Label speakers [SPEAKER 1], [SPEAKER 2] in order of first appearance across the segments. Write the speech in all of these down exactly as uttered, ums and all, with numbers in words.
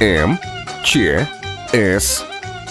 [SPEAKER 1] М, Ч, С,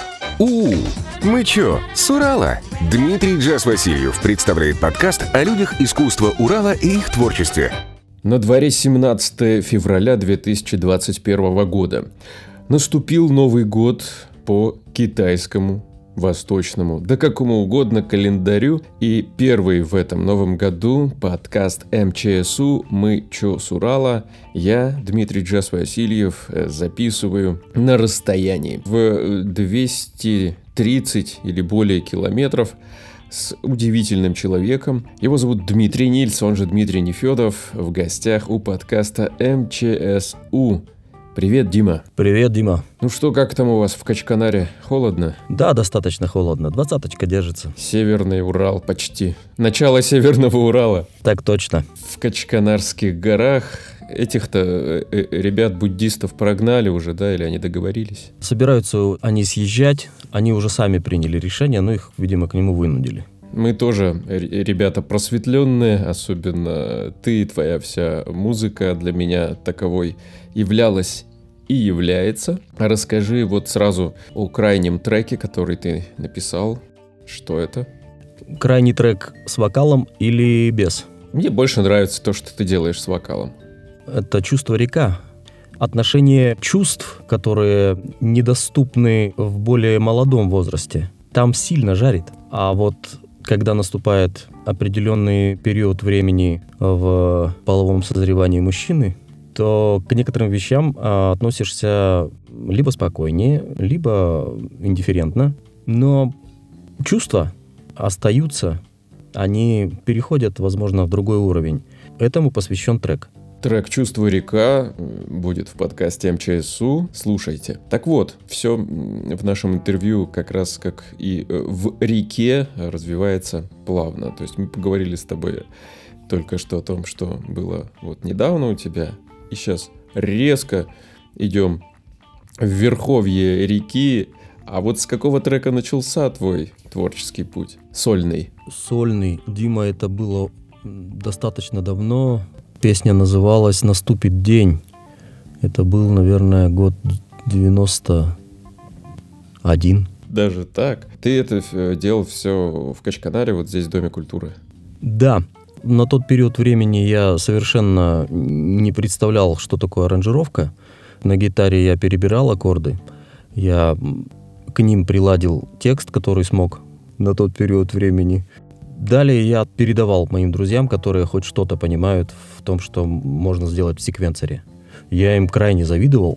[SPEAKER 1] У. Мы чё, с Урала? Дмитрий Джаз Васильев представляет подкаст о людях искусства Урала и их творчестве.
[SPEAKER 2] На дворе семнадцатое февраля две тысячи двадцать первого года. Наступил Новый год по китайскому, восточному, да какому угодно календарю. И первый в этом новом году подкаст эм че эс у «Мы чё, с Урала». Я, Дмитрий Джаз Васильев, записываю на расстоянии в двести тридцать или более километров с удивительным человеком. Его зовут Дмитрий Нильц, он же Дмитрий Нефедов, в гостях у подкаста эм че эс у. Привет, Дима.
[SPEAKER 3] Привет, Дима.
[SPEAKER 2] Ну что, как там у вас в Качканаре? Холодно?
[SPEAKER 3] Да, достаточно холодно. Двадцаточка держится.
[SPEAKER 2] Северный Урал почти. Начало Северного Урала.
[SPEAKER 3] Так точно.
[SPEAKER 2] В Качканарских горах этих-то ребят-буддистов прогнали уже, да, или они договорились?
[SPEAKER 3] Собираются они съезжать, они уже сами приняли решение, но их, видимо, к нему вынудили.
[SPEAKER 2] Мы тоже ребята просветленные, особенно ты и твоя вся музыка для меня таковой являлась и является. Расскажи вот сразу о крайнем треке, который ты написал. Что это?
[SPEAKER 3] Крайний трек с вокалом или без?
[SPEAKER 2] Мне больше нравится то, что ты делаешь с вокалом.
[SPEAKER 3] Это «Чувство река». Отношение чувств, которые недоступны в более молодом возрасте. Там сильно жарит. А вот когда наступает определенный период времени в половом созревании мужчины, то к некоторым вещам а, относишься либо спокойнее, либо индифферентно. Но чувства остаются, они переходят, возможно, в другой уровень. Этому посвящен трек.
[SPEAKER 2] Трек «Чувство река» будет в подкасте эм че эс у. Слушайте. Так вот, все в нашем интервью как раз как и в реке развивается плавно. То есть мы поговорили с тобой только что о том, что было вот недавно у тебя. И сейчас резко идем в верховье реки. А вот с какого трека начался твой творческий путь? Сольный.
[SPEAKER 3] Сольный. Дима, это было достаточно давно. Песня называлась «Наступит день». Это был, наверное, год девяносто один.
[SPEAKER 2] Даже так? Ты это делал все в Качканаре, вот здесь, в Доме культуры?
[SPEAKER 3] Да. На тот период времени я совершенно не представлял, что такое аранжировка. На гитаре я перебирал аккорды. Я к ним приладил текст, который смог на тот период времени. Далее я передавал моим друзьям, которые хоть что-то понимают в том, что можно сделать в секвенсоре. Я им крайне завидовал,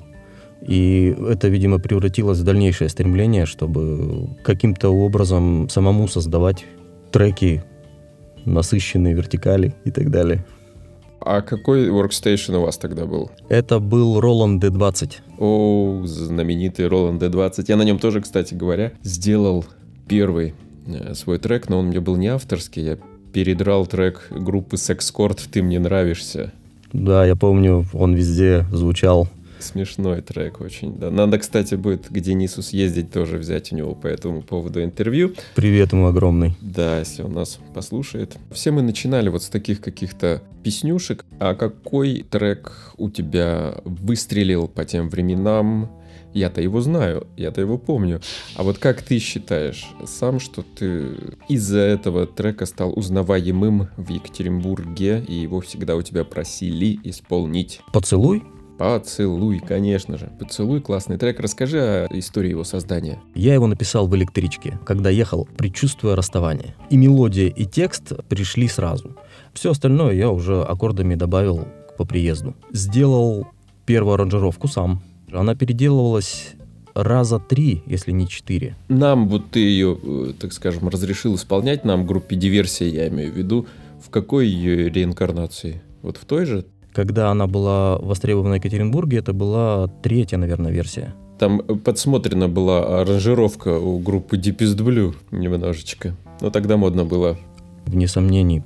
[SPEAKER 3] и это, видимо, превратилось в дальнейшее стремление, чтобы каким-то образом самому создавать треки, насыщенные вертикали и так далее.
[SPEAKER 2] А какой workstation у вас тогда был?
[SPEAKER 3] Это был Roland ди двадцать.
[SPEAKER 2] О, знаменитый Roland ди двадцать. Я на нем тоже, кстати говоря, сделал первый свой трек, но он мне был не авторский. Я передрал трек группы Sexcord «Ты мне нравишься».
[SPEAKER 3] Да, я помню, он везде звучал.
[SPEAKER 2] Смешной трек очень, да. Надо, кстати, будет к Денису съездить тоже, взять у него по этому поводу интервью.
[SPEAKER 3] Привет ему огромный.
[SPEAKER 2] Да, если он нас послушает. Все мы начинали вот с таких каких-то песнюшек. А какой трек у тебя выстрелил по тем временам? Я-то его знаю, я-то его помню. А вот как ты считаешь сам, что ты из-за этого трека стал узнаваемым в Екатеринбурге, и его всегда у тебя просили исполнить?
[SPEAKER 3] «Поцелуй»?
[SPEAKER 2] «Поцелуй», конечно же. «Поцелуй» — классный трек. Расскажи о истории его создания.
[SPEAKER 3] Я его написал в электричке, когда ехал, предчувствуя расставание. И мелодия, и текст пришли сразу. Все остальное я уже аккордами добавил по приезду. Сделал первую аранжировку сам. Она переделывалась раза три, если не четыре.
[SPEAKER 2] Нам вот ты ее, так скажем, разрешил исполнять, нам, группе «Диверсия», я имею в виду. В какой ее реинкарнации? Вот в той же?
[SPEAKER 3] Когда она была востребована в Екатеринбурге, это была третья, наверное, версия.
[SPEAKER 2] Там подсмотрена была аранжировка у группы Deepest Blue немножечко. Но тогда модно было.
[SPEAKER 3] Вне сомнений.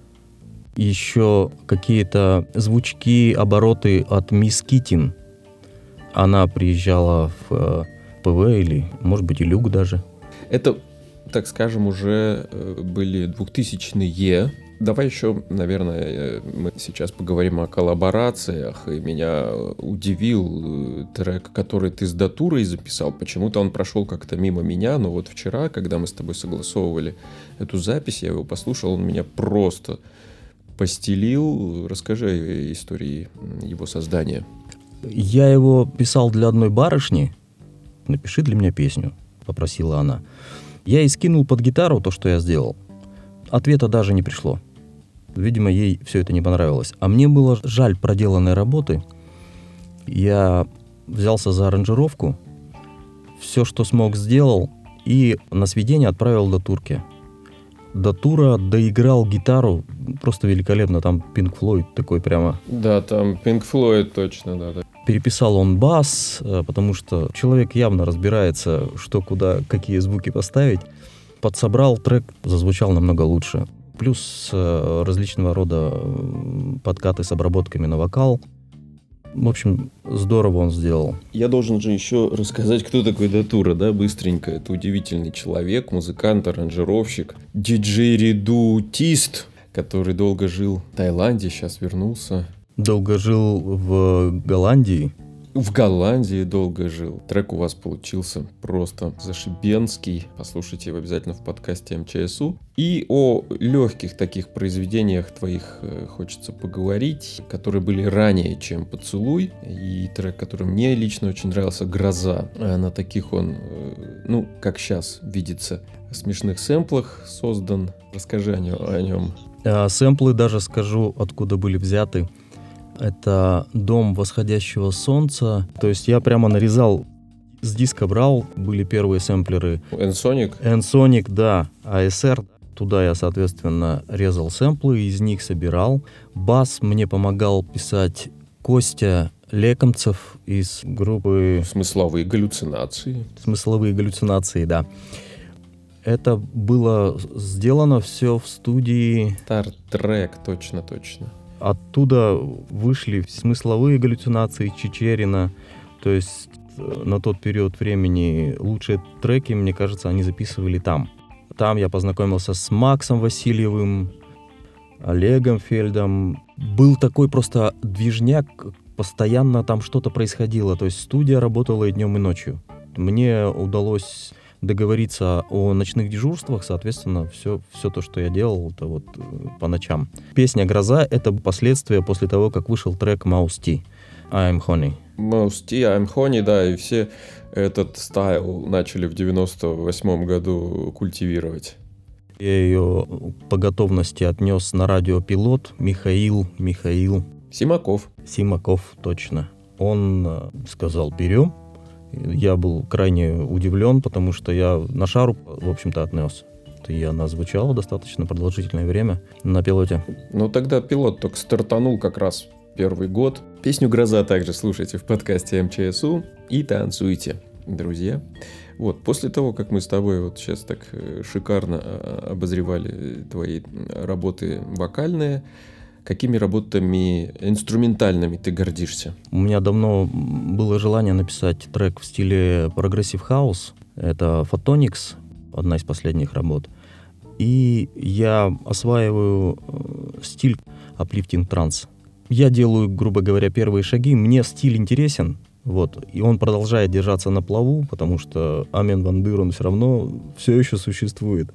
[SPEAKER 3] Еще какие-то звучки, обороты от Мисс Китин. Она приезжала в ПВ или, может быть, и Люк даже.
[SPEAKER 2] Это, так скажем, уже были двухтысячные. Давай еще, наверное, мы сейчас поговорим о коллаборациях. И меня удивил трек, который ты с Датурой записал. Почему-то он прошел как-то мимо меня, но вот вчера, когда мы с тобой согласовывали эту запись, я его послушал, он меня просто постелил. Расскажи о истории его создания.
[SPEAKER 3] Я его писал для одной барышни. «Напиши для меня песню», — попросила она. Я ей скинул под гитару то, что я сделал. Ответа даже не пришло. Видимо, ей все это не понравилось. А мне было жаль проделанной работы. Я взялся за аранжировку, все, что смог, сделал, и на сведение отправил Датурке. Датура доиграл гитару просто великолепно. Там Pink Floyd такой прямо.
[SPEAKER 2] Да, там Pink Floyd точно, да, да.
[SPEAKER 3] Переписал он бас, потому что человек явно разбирается, что, куда, какие звуки поставить. Подсобрал трек, зазвучал намного лучше. Плюс различного рода подкаты с обработками на вокал. В общем, здорово он сделал.
[SPEAKER 2] Я должен же еще рассказать, кто такой Датура, да, быстренько. Это удивительный человек, музыкант, аранжировщик, диджей-редутист, который долго жил в Таиланде, сейчас вернулся.
[SPEAKER 3] Долго жил в Голландии.
[SPEAKER 2] В Голландии долго жил. Трек у вас получился просто зашибенский. Послушайте его обязательно в подкасте эм че эс у. И о легких таких произведениях твоих хочется поговорить, которые были ранее, чем «Поцелуй». И трек, который мне лично очень нравился, «Гроза». На таких он, ну, как сейчас видится, в смешных сэмплах создан. Расскажи о нем. О нем.
[SPEAKER 3] А сэмплы, даже скажу, откуда были взяты. Это «Дом восходящего солнца». То есть я прямо нарезал, с диска брал, были первые сэмплеры.
[SPEAKER 2] Ensoniq?
[SPEAKER 3] Ensoniq, да. а эс эр. Туда я, соответственно, резал сэмплы, из них собирал. Бас мне помогал писать Костя Лекомцев из группы...
[SPEAKER 2] Смысловые галлюцинации.
[SPEAKER 3] Смысловые галлюцинации, да. Это было сделано все в студии...
[SPEAKER 2] Стартрек, точно-точно.
[SPEAKER 3] Оттуда вышли смысловые галлюцинации Чичерина. То есть на тот период времени лучшие треки, мне кажется, они записывали там. Там я познакомился с Максом Васильевым, Олегом Фельдом. Был такой просто движняк, постоянно там что-то происходило. То есть студия работала и днем, и ночью. Мне удалось договориться о ночных дежурствах, соответственно, все, все то, что я делал, это вот по ночам. Песня «Гроза» — это последствия после того, как вышел трек Mouse T, I'm Honey.
[SPEAKER 2] Mouse T, I'm Honey, да, и все этот стайл начали в девяносто восьмом году культивировать.
[SPEAKER 3] Я ее по готовности отнес на радиопилот Михаил, Михаил...
[SPEAKER 2] Симаков.
[SPEAKER 3] Симаков, точно. Он сказал «берем». Я был крайне удивлен, потому что я на шару, в общем-то, отнес. И она звучала достаточно продолжительное время на пилоте.
[SPEAKER 2] Ну, тогда пилот только стартанул как раз первый год. Песню «Гроза» также слушайте в подкасте эм че эс у и танцуйте, друзья. Вот, после того, как мы с тобой вот сейчас так шикарно обозревали твои работы вокальные, какими работами инструментальными ты гордишься?
[SPEAKER 3] У меня давно было желание написать трек в стиле прогрессив хаус. Это Photonics, одна из последних работ. И я осваиваю стиль uplifting транс. Я делаю, грубо говоря, первые шаги. Мне стиль интересен, вот, и он продолжает держаться на плаву, потому что Армин ван Бюрен все равно все еще существует.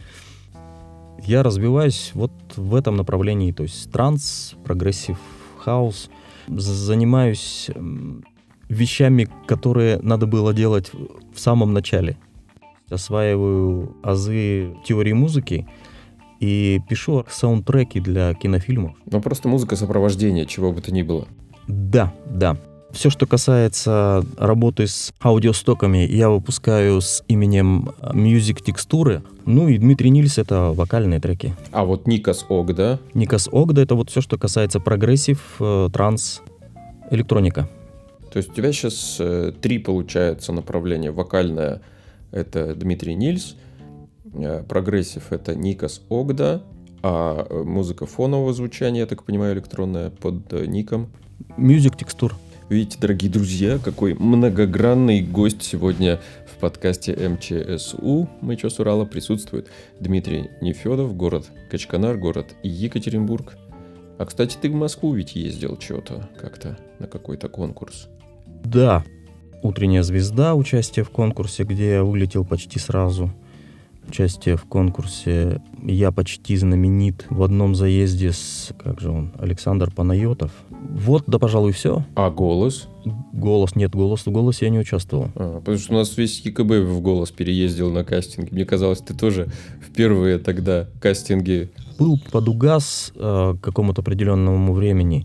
[SPEAKER 3] Я развиваюсь вот в этом направлении, то есть транс, прогрессив хаус. Занимаюсь вещами, которые надо было делать в самом начале. Осваиваю азы теории музыки и пишу саундтреки для кинофильмов.
[SPEAKER 2] Ну, просто музыка сопровождения, чего бы то ни было.
[SPEAKER 3] Да, да. Все, что касается работы с аудиостоками, я выпускаю с именем Music Текстуры. Ну и Дмитрий Нильс — это вокальные треки.
[SPEAKER 2] А вот Никас Огда?
[SPEAKER 3] Никас Огда — это вот все, что касается прогрессив, транс, электроника.
[SPEAKER 2] То есть у тебя сейчас э, три, получается, направления. Вокальное — это Дмитрий Нильс, э, прогрессив — это Никас Огда, а музыка фонового звучания, я так понимаю, электронная, под э, ником?
[SPEAKER 3] Music Текстур.
[SPEAKER 2] Видите, дорогие друзья, какой многогранный гость сегодня в подкасте эм че эс у. «Мы чё с Урала» присутствует Дмитрий Нефёдов, город Качканар, город Екатеринбург. А, кстати, ты в Москву ведь ездил что-то как-то на какой-то конкурс.
[SPEAKER 3] Да, «Утренняя звезда», участие в конкурсе, где я вылетел почти сразу. Участие в конкурсе «Я почти знаменит» в одном заезде с, как же он, Александр Панайотов. Вот, да, пожалуй, все.
[SPEAKER 2] А «Голос»?
[SPEAKER 3] «Голос» нет, «Голос», в «Голосе» я не участвовал.
[SPEAKER 2] А, потому что у нас весь ЕКБ в «Голос» переездил на кастинг. Мне казалось, ты тоже в первые тогда кастинги...
[SPEAKER 3] Был под угас э, к какому-то определенному времени.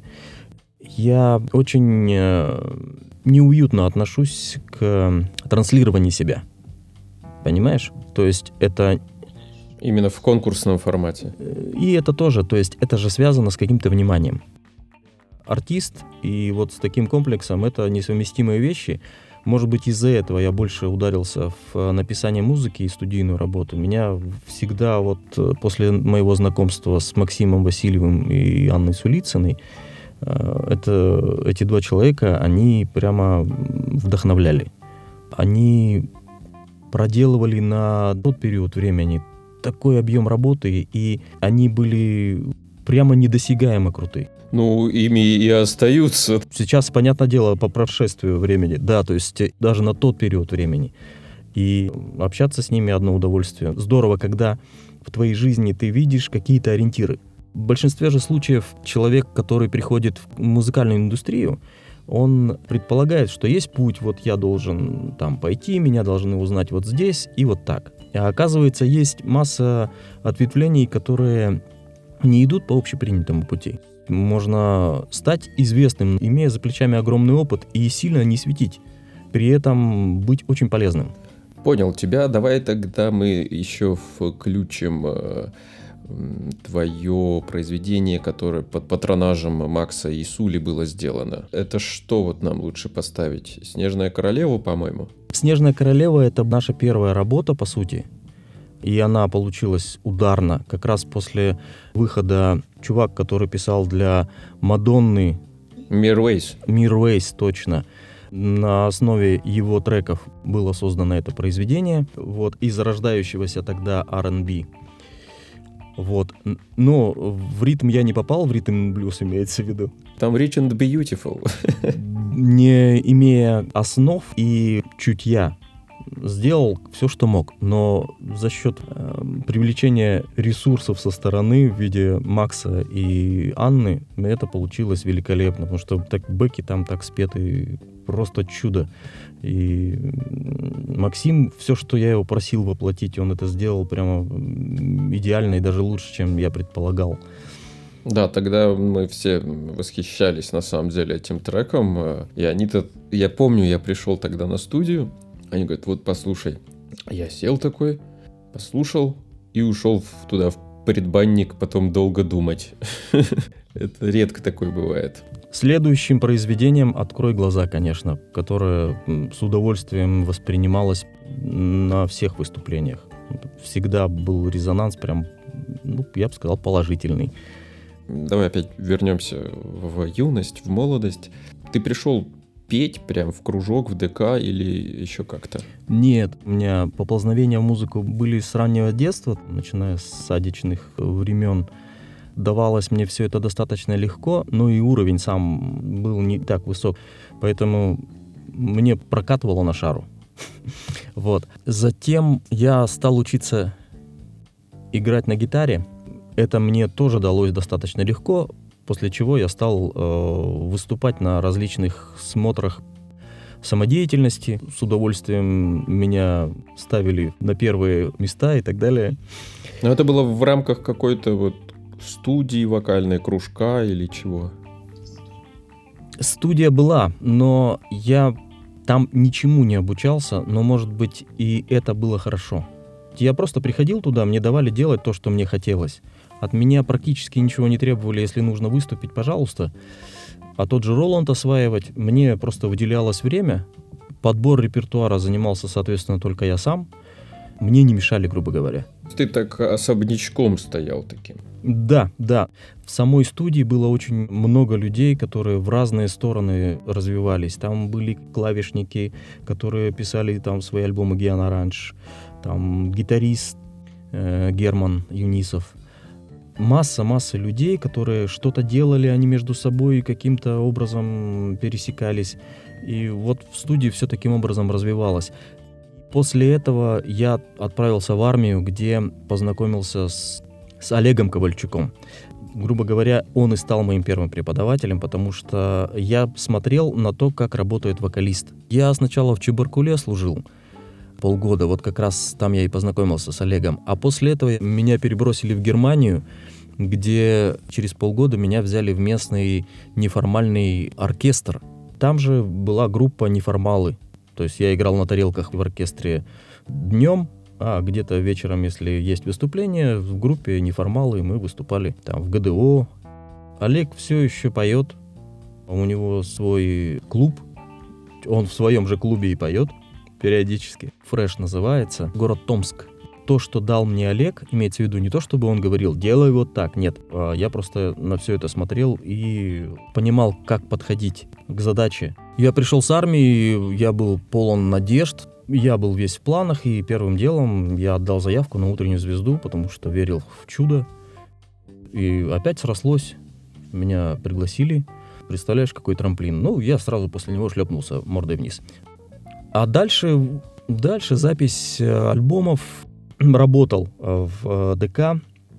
[SPEAKER 3] Я очень э, неуютно отношусь к транслированию себя. Понимаешь? То есть это...
[SPEAKER 2] Именно в конкурсном формате.
[SPEAKER 3] И это тоже, то есть это же связано с каким-то вниманием. Артист и вот с таким комплексом это несовместимые вещи. Может быть, из-за этого я больше ударился в написание музыки и студийную работу. Меня всегда вот после моего знакомства с Максимом Васильевым и Анной Сулицыной, это, эти два человека, они прямо вдохновляли. Они проделывали на тот период времени такой объем работы, и они были прямо недосягаемо крутые.
[SPEAKER 2] Ну, ими и остаются.
[SPEAKER 3] Сейчас, понятное дело, по прошествию времени, да, то есть даже на тот период времени. И общаться с ними одно удовольствие. Здорово, когда в твоей жизни ты видишь какие-то ориентиры. В большинстве же случаев человек, который приходит в музыкальную индустрию, он предполагает, что есть путь, вот я должен там пойти, меня должны узнать вот здесь и вот так. А оказывается, есть масса ответвлений, которые не идут по общепринятому пути. Можно стать известным, имея за плечами огромный опыт и сильно не светить, при этом быть очень полезным.
[SPEAKER 2] Понял тебя. Давай тогда мы еще включим э, твое произведение, которое под патронажем Макса и Сули было сделано. Это что вот нам лучше поставить? «Снежная королева», по-моему?
[SPEAKER 3] «Снежная королева» — это наша первая работа, по сути. И она получилась ударно. Как раз после выхода чувак, который писал для Мадонны...
[SPEAKER 2] Mirwais.
[SPEAKER 3] Mirwais, точно. На основе его треков было создано это произведение. Вот, из зарождающегося тогда ар энд би. Вот. Но в ритм я не попал, в ритм блюз имеется в виду.
[SPEAKER 2] Там Rich and Beautiful.
[SPEAKER 3] Не имея основ и чутья, сделал все, что мог, но за счет э, привлечения ресурсов со стороны в виде Макса и Анны это получилось великолепно, потому что так бэки там так спеты, просто чудо. И Максим, все, что я его просил воплотить, он это сделал прямо идеально и даже лучше, чем я предполагал.
[SPEAKER 2] Да, тогда мы все восхищались на самом деле этим треком, и они-то, я помню, я пришел тогда на студию. Они говорят, вот послушай. Я сел такой, послушал и ушел в, туда, в предбанник, потом долго думать. Это редко такое бывает.
[SPEAKER 3] Следующим произведением «Открой глаза», конечно, которое с удовольствием воспринималось на всех выступлениях. Всегда был резонанс прям, ну, я бы сказал, положительный.
[SPEAKER 2] Давай опять вернемся в юность, в молодость. Ты пришел петь прям в кружок, в ДК или еще как-то?
[SPEAKER 3] Нет, у меня поползновения в музыку были с раннего детства, начиная с садичных времен. Давалось мне все это достаточно легко, но и уровень сам был не так высок, поэтому мне прокатывало на шару. Вот. Затем я стал учиться играть на гитаре. Это мне тоже далось достаточно легко, после чего я стал э, выступать на различных смотрах самодеятельности. С удовольствием меня ставили на первые места и так далее.
[SPEAKER 2] Но это было в рамках какой-то вот студии вокальной, кружка или чего?
[SPEAKER 3] Студия была, но я там ничему не обучался, но, может быть, и это было хорошо. Я просто приходил туда, мне давали делать то, что мне хотелось. От меня практически ничего не требовали, если нужно выступить, пожалуйста. А тот же Роланд осваивать, мне просто выделялось время. Подбор репертуара занимался, соответственно, только я сам. Мне не мешали, грубо говоря.
[SPEAKER 2] Ты так особнячком стоял таким?
[SPEAKER 3] Да, да. В самой студии было очень много людей, которые в разные стороны развивались. Там были клавишники, которые писали там свои альбомы «Гиан Оранж», там гитарист э, Герман Юнисов. Масса-масса людей, которые что-то делали, они между собой каким-то образом пересекались. И вот в студии все таким образом развивалось. После этого я отправился в армию, где познакомился с, с Олегом Ковальчуком. Грубо говоря, он и стал моим первым преподавателем, потому что я смотрел на то, как работает вокалист. Я сначала в Чебаркуле служил полгода, вот как раз там я и познакомился с Олегом. А после этого меня перебросили в Германию, где через полгода меня взяли в местный неформальный оркестр. Там же была группа «Неформалы». То есть я играл на тарелках в оркестре днем, а где-то вечером, если есть выступление, в группе «Неформалы» мы выступали там в ГДО. Олег все еще поет, у него свой клуб, он в своем же клубе и поет периодически. «Фреш» называется, город Томск. То, что дал мне Олег, имеется в виду не то, чтобы он говорил «делай вот так», нет. Я просто на все это смотрел и понимал, как подходить к задаче. Я пришел с армии, я был полон надежд, я был весь в планах, и первым делом я отдал заявку на «Утреннюю звезду», потому что верил в чудо. И опять срослось, меня пригласили. Представляешь, какой трамплин. Ну, я сразу после него шлепнулся мордой вниз. А дальше, дальше запись альбомов. Работал в ДК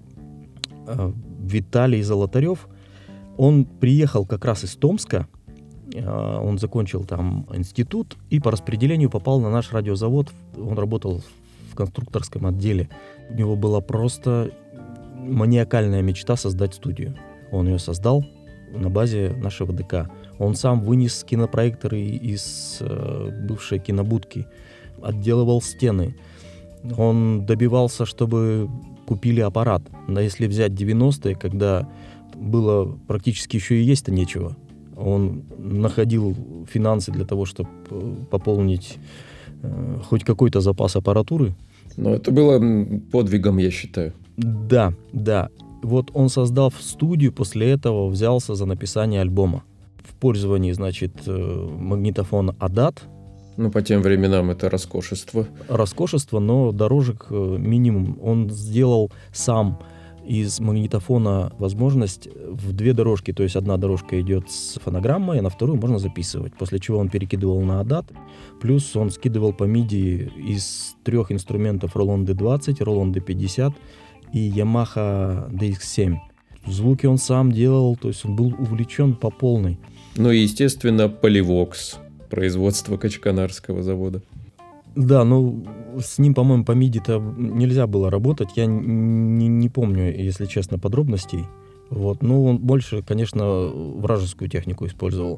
[SPEAKER 3] Виталий Золотарев. Он приехал как раз из Томска. Он закончил там институт и по распределению попал на наш радиозавод. Он работал в конструкторском отделе. У него была просто маниакальная мечта создать студию. Он ее создал на базе нашего ДК. Он сам вынес кинопроекторы из бывшей кинобудки, отделывал стены. Он добивался, чтобы купили аппарат. Но если взять девяностые, когда было практически еще и есть-то нечего, он находил финансы для того, чтобы пополнить э, хоть какой-то запас аппаратуры.
[SPEAKER 2] Но это было подвигом, я считаю.
[SPEAKER 3] Да, да. Вот он, создав студию, после этого взялся за написание альбома. В пользовании, значит, магнитофон Адат.
[SPEAKER 2] Ну, по тем временам это роскошество.
[SPEAKER 3] Роскошество, но дорожек минимум. Он сделал сам из магнитофона возможность в две дорожки. То есть одна дорожка идет с фонограммой, а на вторую можно записывать. После чего он перекидывал на Адат. Плюс он скидывал по миди из трех инструментов Roland ди двадцать, Roland ди пятьдесят и Yamaha ди икс семь. Звуки он сам делал, то есть он был увлечен по полной.
[SPEAKER 2] Ну и, естественно, Polyvox, производство Качканарского завода.
[SPEAKER 3] Да, ну с ним, по-моему, по миди-то нельзя было работать. Я не, не помню, если честно, подробностей. Вот. Ну, он больше, конечно, вражескую технику использовал.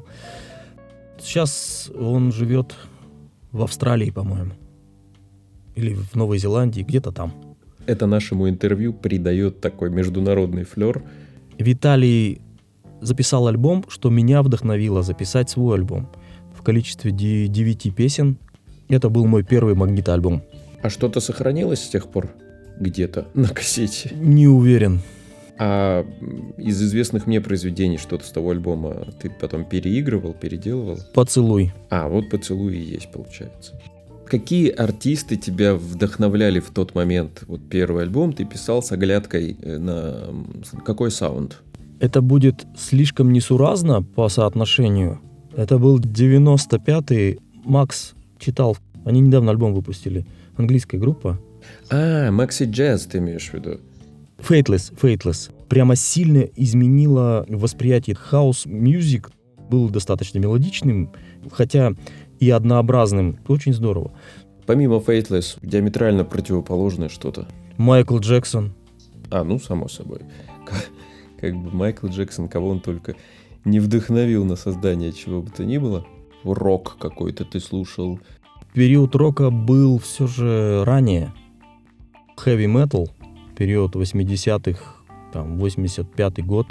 [SPEAKER 3] Сейчас он живет в Австралии, по-моему. Или в Новой Зеландии, где-то там.
[SPEAKER 2] Это нашему интервью придает такой международный флер.
[SPEAKER 3] Виталий записал альбом, что меня вдохновило записать свой альбом в количестве девяти песен. Это был мой первый магнитоальбом.
[SPEAKER 2] А что-то сохранилось с тех пор где-то на кассете?
[SPEAKER 3] Не уверен.
[SPEAKER 2] А из известных мне произведений что-то с того альбома ты потом переигрывал, переделывал?
[SPEAKER 3] «Поцелуй».
[SPEAKER 2] А, вот «Поцелуй» и есть, получается. Какие артисты тебя вдохновляли в тот момент? Вот первый альбом ты писал с оглядкой на какой саунд?
[SPEAKER 3] Это будет слишком несуразно по соотношению. Это был девяносто пятый. Макс читал. Они недавно альбом выпустили. Английская группа.
[SPEAKER 2] А, Maxi Jazz ты имеешь в виду?
[SPEAKER 3] Fateless, Fateless. Прямо сильно изменило восприятие. House Music был достаточно мелодичным, хотя и однообразным. Очень здорово.
[SPEAKER 2] Помимо Fateless, диаметрально противоположное что-то.
[SPEAKER 3] Майкл Джексон.
[SPEAKER 2] А, ну, само собой. Как, как бы Майкл Джексон, кого он только не вдохновил на создание чего бы то ни было. Рок какой-то ты слушал.
[SPEAKER 3] Период рока был все же ранее. Heavy metal, период восьмидесятых, там, восемьдесят пятый год.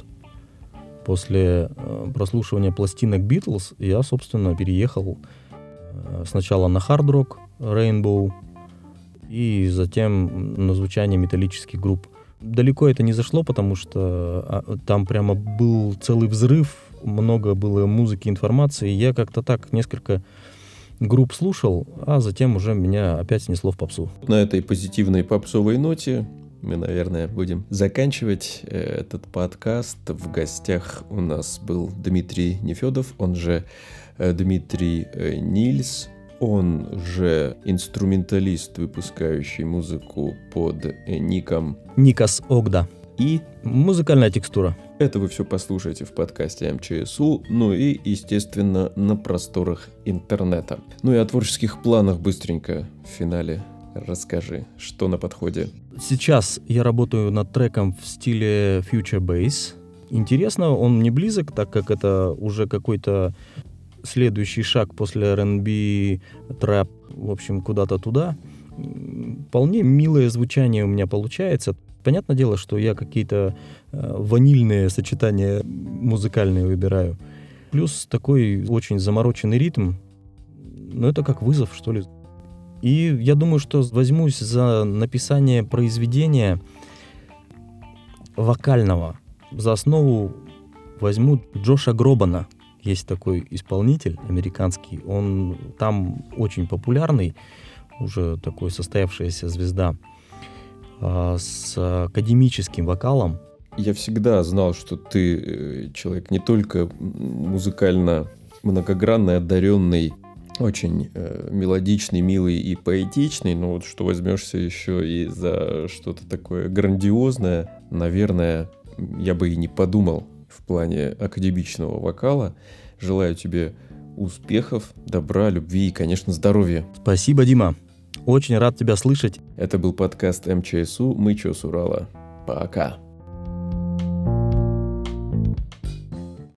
[SPEAKER 3] После э, прослушивания пластинок Beatles я, собственно, переехал э, сначала на хард-рок, Rainbow, и затем на звучание металлических групп. Далеко это не зашло, потому что там прямо был целый взрыв, много было музыки, информации. Я как-то так несколько групп слушал, а затем уже меня опять снесло в попсу.
[SPEAKER 2] На этой позитивной попсовой ноте мы, наверное, будем заканчивать этот подкаст. В гостях у нас был Дмитрий Нефедов, он же Дмитрий Нильс. Он же инструменталист, выпускающий музыку под ником
[SPEAKER 3] Никас Огда.
[SPEAKER 2] И
[SPEAKER 3] музыкальная текстура.
[SPEAKER 2] Это вы все послушаете в подкасте эм че эс у, ну и, естественно, на просторах интернета. Ну и о творческих планах быстренько в финале расскажи, что на подходе.
[SPEAKER 3] Сейчас я работаю над треком в стиле Future Bass. Интересно, он мне близок, так как это уже какой-то следующий шаг после ар энд би, трэп, в общем, куда-то туда. Вполне милое звучание у меня получается. Понятное дело, что я какие-то э, ванильные сочетания музыкальные выбираю. Плюс такой очень замороченный ритм. Ну, это как вызов, что ли. И я думаю, что возьмусь за написание произведения вокального. За основу возьму Джоша Гробана. Есть такой исполнитель американский, он там очень популярный, уже такой состоявшаяся звезда, с академическим вокалом.
[SPEAKER 2] Я всегда знал, что ты человек не только музыкально многогранный, одаренный, очень э, мелодичный, милый и поэтичный, но вот что возьмешься еще и за что-то такое грандиозное, наверное, я бы и не подумал. В плане академичного вокала. Желаю тебе успехов, добра, любви и, конечно, здоровья.
[SPEAKER 3] Спасибо, Дима. Очень рад тебя слышать.
[SPEAKER 2] Это был подкаст эм че эс у «Мы чё с Урала». Пока.